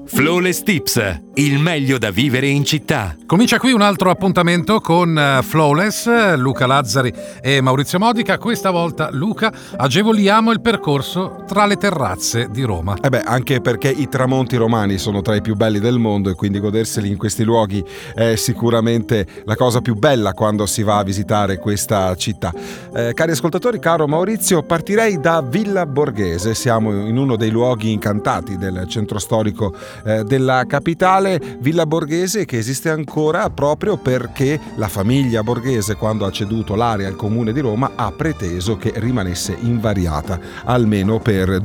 Flawless Tips, il meglio da vivere in città. Comincia qui un altro appuntamento con Flawless, Luca Lazzari e Maurizio Modica. Questa volta, Luca, agevoliamo il percorso tra le terrazze di Roma. Anche perché i tramonti romani sono tra i più belli del mondo e quindi goderseli in questi luoghi è sicuramente la cosa più bella quando si va a visitare questa città. Cari ascoltatori, caro Maurizio, partirei da Villa Borghese. Siamo in uno dei luoghi incantati del centro storico della capitale. Villa Borghese che esiste ancora proprio perché la famiglia Borghese, quando ha ceduto l'area al comune di Roma, ha preteso che rimanesse invariata almeno per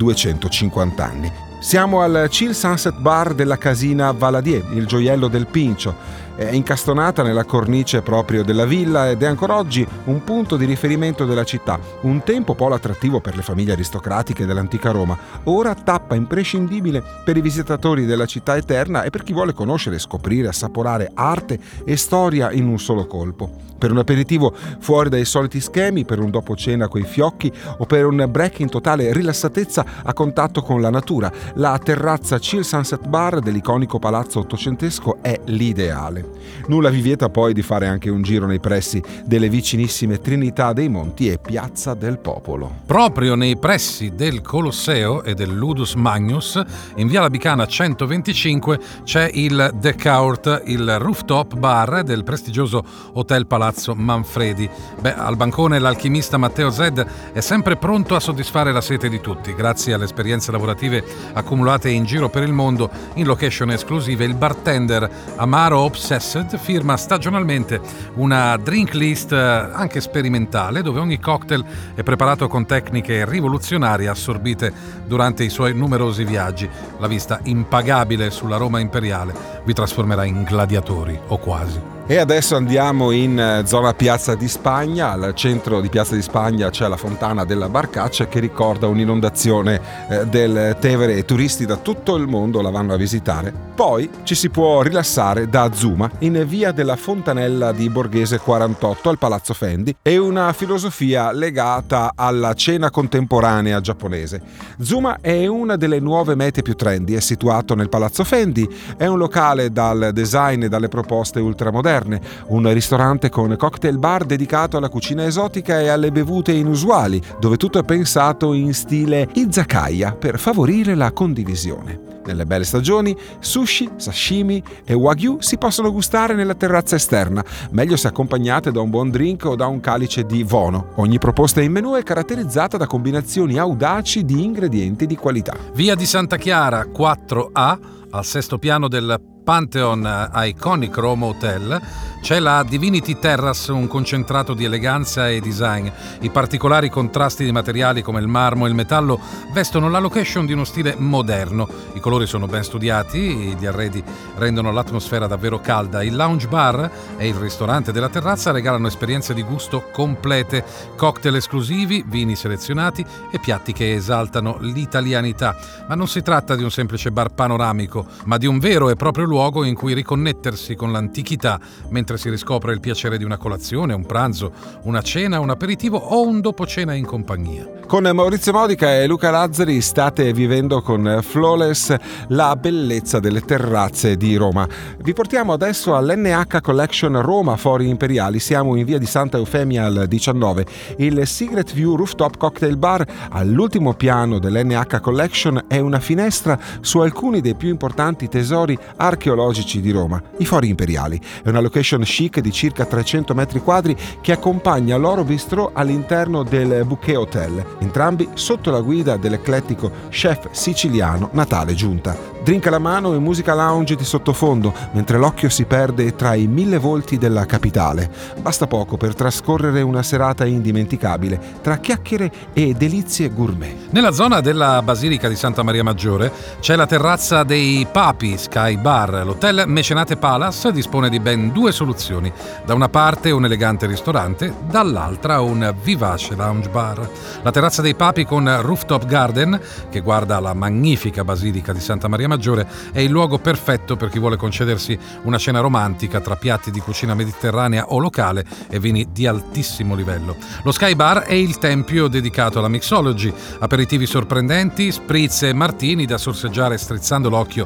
250 anni. Siamo al Chill Sunset Bar della Casina Valadier, il gioiello del Pincio. È incastonata nella cornice proprio della villa ed è ancora oggi un punto di riferimento della città, un tempo polo attrattivo per le famiglie aristocratiche dell'antica Roma, ora tappa imprescindibile per i visitatori della città eterna e per chi vuole conoscere, scoprire, assaporare arte e storia in un solo colpo. Per un aperitivo fuori dai soliti schemi, per un dopo cena coi fiocchi o per un break in totale rilassatezza a contatto con la natura, la terrazza Chill Sunset Bar dell'iconico palazzo ottocentesco è l'ideale. Nulla vi vieta poi di fare anche un giro nei pressi delle vicinissime Trinità dei Monti e Piazza del Popolo. Proprio nei pressi del Colosseo e del Ludus Magnus, in via Labicana 125, c'è il The Court, il rooftop bar del prestigioso Hotel Palazzo Manfredi. Al bancone l'alchimista Matteo Zed è sempre pronto a soddisfare la sete di tutti. Grazie alle esperienze lavorative accumulate in giro per il mondo in location esclusive, il bartender Amaro Obsessed firma stagionalmente una drink list anche sperimentale, dove ogni cocktail è preparato con tecniche rivoluzionarie assorbite durante i suoi numerosi viaggi. La vista impagabile sulla Roma imperiale vi trasformerà in gladiatori, o quasi. E adesso andiamo in zona Piazza di Spagna. Al centro di Piazza di Spagna c'è la fontana della Barcaccia che ricorda un'inondazione del Tevere e turisti da tutto il mondo la vanno a visitare. Poi ci si può rilassare da Zuma in via della Fontanella di Borghese 48 al Palazzo Fendi e una filosofia legata alla cena contemporanea giapponese. Zuma è una delle nuove mete più trendy, è situato nel Palazzo Fendi, è un locale dal design e dalle proposte ultramoderne, un ristorante con cocktail bar dedicato alla cucina esotica e alle bevute inusuali, dove tutto è pensato in stile izakaya per favorire la condivisione. Nelle belle stagioni, sushi, sashimi e wagyu si possono gustare nella terrazza esterna, meglio se accompagnate da un buon drink o da un calice di Vono. Ogni proposta in menù è caratterizzata da combinazioni audaci di ingredienti di qualità. Via di Santa Chiara 4A, al sesto piano del Pantheon Iconic Roma Hotel, c'è la Divinity Terrace, un concentrato di eleganza e design. I particolari contrasti di materiali come il marmo e il metallo vestono la location di uno stile moderno. I colori sono ben studiati, gli arredi rendono l'atmosfera davvero calda. Il lounge bar e il ristorante della terrazza regalano esperienze di gusto complete, cocktail esclusivi, vini selezionati e piatti che esaltano l'italianità. Ma non si tratta di un semplice bar panoramico, ma di un vero e proprio luogo in cui riconnettersi con l'antichità mentre si riscopre il piacere di una colazione, un pranzo, una cena, un aperitivo o un dopo cena in compagnia. Con Maurizio Modica e Luca Lazzari state vivendo con Flawless la bellezza delle terrazze di Roma. Vi portiamo adesso all'NH Collection Roma Fori Imperiali. Siamo in via di Santa Eufemia al 19. Il Secret View Rooftop Cocktail Bar all'ultimo piano dell'NH Collection è una finestra su alcuni dei più importanti tesori archeologici di Roma, i Fori Imperiali. È una location chic di circa 300 metri quadri che accompagna l'Oro Bistro all'interno del Bouquet Hotel, entrambi sotto la guida dell'eclettico chef siciliano Natale Giunta. Drink alla mano e musica lounge di sottofondo, mentre l'occhio si perde tra i 1000 volti della capitale. Basta poco per trascorrere una serata indimenticabile tra chiacchiere e delizie gourmet. Nella zona della Basilica di Santa Maria Maggiore c'è la terrazza dei Papi Sky Bar. L'hotel Mecenate Palace dispone di ben due soluzioni: da una parte un elegante ristorante, dall'altra un vivace lounge bar. La terrazza dei Papi con rooftop garden, che guarda la magnifica Basilica di Santa Maria Maggiore, è il luogo perfetto per chi vuole concedersi una cena romantica tra piatti di cucina mediterranea o locale e vini di altissimo livello. Lo Sky Bar è il tempio dedicato alla mixology, aperitivi sorprendenti, spritz e martini da sorseggiare strizzando l'occhio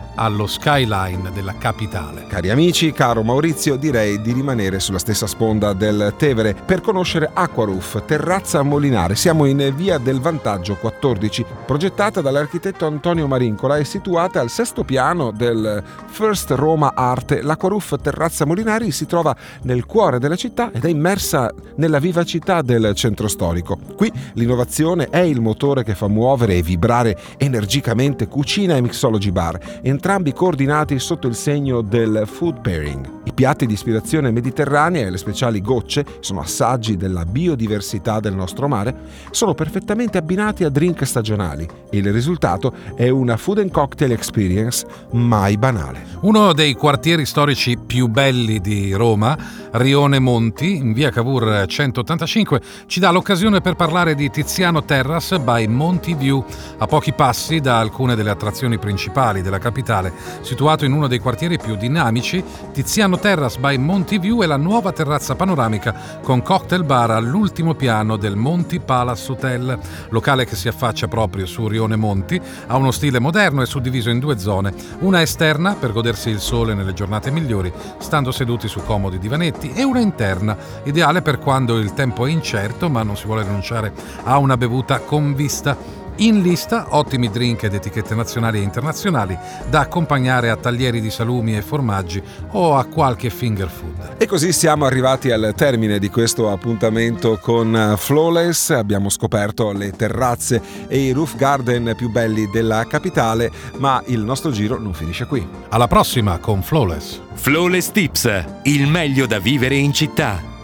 allo skyline della capitale. Cari amici, caro Maurizio, direi di rimanere sulla stessa sponda del Tevere per conoscere Aquaroof, terrazza molinare. Siamo in via del Vantaggio 14, progettata dall'architetto Antonio Marincola e situata al sesto piano del First Roma Arte. L'Aquaroof terrazza molinari si trova nel cuore della città ed è immersa nella vivacità del centro storico. Qui l'innovazione è il motore che fa muovere e vibrare energicamente cucina e mixology bar, entrambi coordinati sotto il segno del food pairing. I piatti di ispirazione mediterranea e le speciali gocce sono assaggi della biodiversità del nostro mare, sono perfettamente abbinati a drink stagionali e il risultato è una food and cocktail experience mai banale. Uno dei quartieri storici più belli di Roma, Rione Monti, in via Cavour 185, ci dà l'occasione per parlare di Tiziano Terrace by Monti View, a pochi passi da alcune delle attrazioni principali della capitale. Situato in uno dei quartieri più dinamici, Tiziano Terrace by Monti View è la nuova terrazza panoramica con cocktail bar all'ultimo piano del Monti Palace Hotel, locale che si affaccia proprio su Rione Monti, ha uno stile moderno e suddiviso in due zone, una esterna per godersi il sole nelle giornate migliori, stando seduti su comodi divanetti, e una interna, ideale per quando il tempo è incerto ma non si vuole rinunciare a una bevuta con vista. In lista ottimi drink ed etichette nazionali e internazionali da accompagnare a taglieri di salumi e formaggi o a qualche finger food. E così siamo arrivati al termine di questo appuntamento con Flawless. Abbiamo scoperto le terrazze e i roof garden più belli della capitale, ma il nostro giro non finisce qui. Alla prossima con Flawless. Flawless Tips, il meglio da vivere in città.